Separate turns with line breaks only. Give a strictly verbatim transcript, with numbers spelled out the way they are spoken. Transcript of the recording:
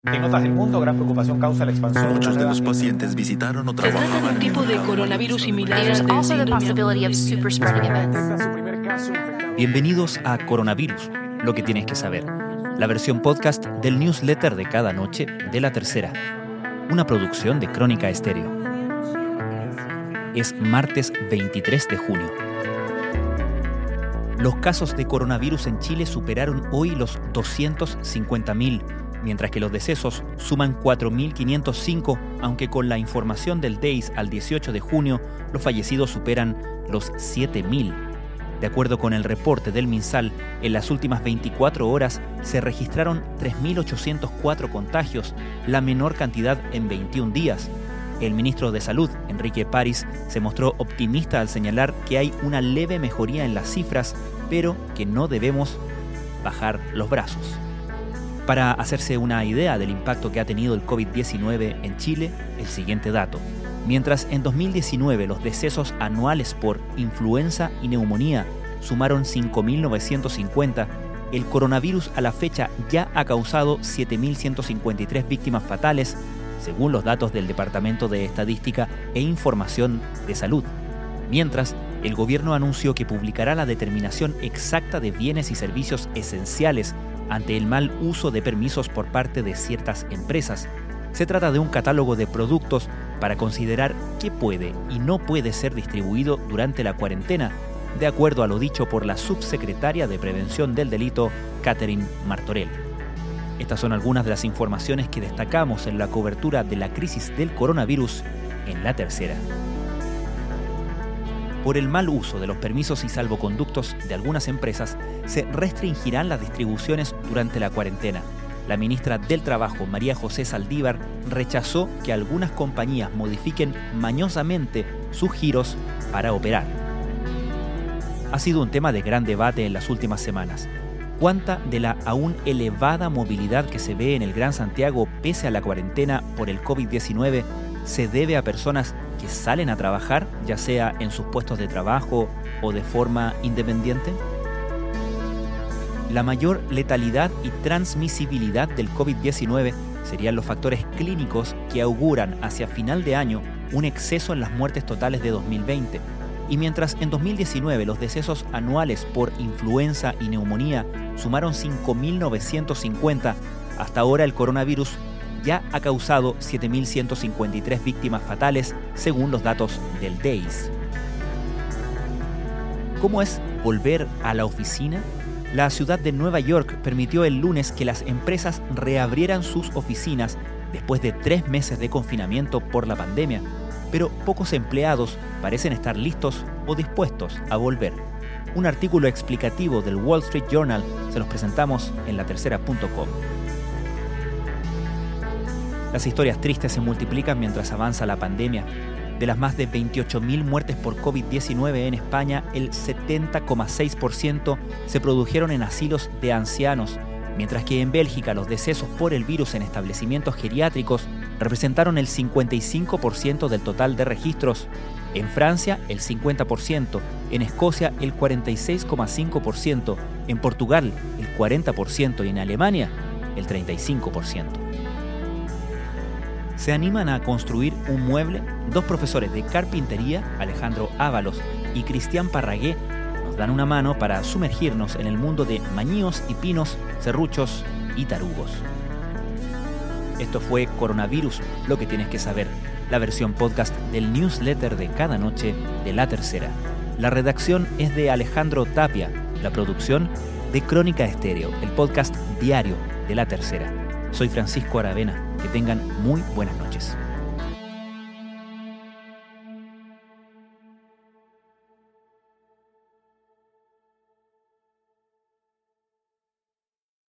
En otras del mundo, gran preocupación causa la expansión.
Muchos de los pacientes visitaron o trabajaban.
Se trata de un tipo de coronavirus similar al de síndrome.
Bienvenidos a Coronavirus, lo que tienes que saber. La versión podcast del newsletter de cada noche de La Tercera. Una producción de Crónica Estéreo. Es martes veintitrés de junio. Los casos de coronavirus en Chile superaron hoy los doscientos cincuenta mil, mientras que los decesos suman cuatro mil quinientos cinco, aunque con la información del D E I S al dieciocho de junio, los fallecidos superan los siete mil. De acuerdo con el reporte del MinSal, en las últimas veinticuatro horas se registraron tres mil ochocientos cuatro contagios, la menor cantidad en veintiún días. El ministro de Salud, Enrique París, se mostró optimista al señalar que hay una leve mejoría en las cifras, pero que no debemos bajar los brazos. Para hacerse una idea del impacto que ha tenido el covid diecinueve en Chile, el siguiente dato. Mientras en dos mil diecinueve los decesos anuales por influenza y neumonía sumaron cinco mil novecientos cincuenta, el coronavirus a la fecha ya ha causado siete mil ciento cincuenta y tres víctimas fatales, según los datos del Departamento de Estadística e Información de Salud. Mientras, el gobierno anunció que publicará la determinación exacta de bienes y servicios esenciales ante el mal uso de permisos por parte de ciertas empresas. Se trata de un catálogo de productos para considerar qué puede y no puede ser distribuido durante la cuarentena, de acuerdo a lo dicho por la subsecretaria de Prevención del Delito, Catherine Martorell. Estas son algunas de las informaciones que destacamos en la cobertura de la crisis del coronavirus en La Tercera. Por el mal uso de los permisos y salvoconductos de algunas empresas, se restringirán las distribuciones durante la cuarentena. La ministra del Trabajo, María José Saldívar, rechazó que algunas compañías modifiquen mañosamente sus giros para operar. Ha sido un tema de gran debate en las últimas semanas. ¿Cuánta de la aún elevada movilidad que se ve en el Gran Santiago pese a la cuarentena por el covid diecinueve se debe a personas que salen a trabajar, ya sea en sus puestos de trabajo o de forma independiente? La mayor letalidad y transmisibilidad del covid diecinueve serían los factores clínicos que auguran hacia final de año un exceso en las muertes totales de dos mil veinte. Y mientras en dos mil diecinueve los decesos anuales por influenza y neumonía sumaron cinco mil novecientos cincuenta, hasta ahora el coronavirus ya ha causado siete mil ciento cincuenta y tres víctimas fatales, según los datos del D E I S. ¿Cómo es volver a la oficina? La ciudad de Nueva York permitió el lunes que las empresas reabrieran sus oficinas después de tres meses de confinamiento por la pandemia, pero pocos empleados parecen estar listos o dispuestos a volver. Un artículo explicativo del Wall Street Journal se los presentamos en la tercera punto com. Las historias tristes se multiplican mientras avanza la pandemia. De las más de veintiocho mil muertes por covid diecinueve en España, el setenta coma seis por ciento se produjeron en asilos de ancianos, mientras que en Bélgica los decesos por el virus en establecimientos geriátricos representaron el cincuenta y cinco por ciento del total de registros. En Francia, el cincuenta por ciento, en Escocia, el cuarenta y seis coma cinco por ciento, en Portugal, el cuarenta por ciento y en Alemania, el treinta y cinco por ciento. Se animan a construir un mueble. Dos profesores de carpintería, Alejandro Ábalos y Cristian Parragué, nos dan una mano para sumergirnos en el mundo de mañíos y pinos, serruchos y tarugos. Esto fue Coronavirus, lo que tienes que saber, la versión podcast del newsletter de cada noche de La Tercera. La redacción es de Alejandro Tapia, la producción de Crónica Estéreo, el podcast diario de La Tercera. Soy Francisco Aravena. Que tengan muy buenas noches.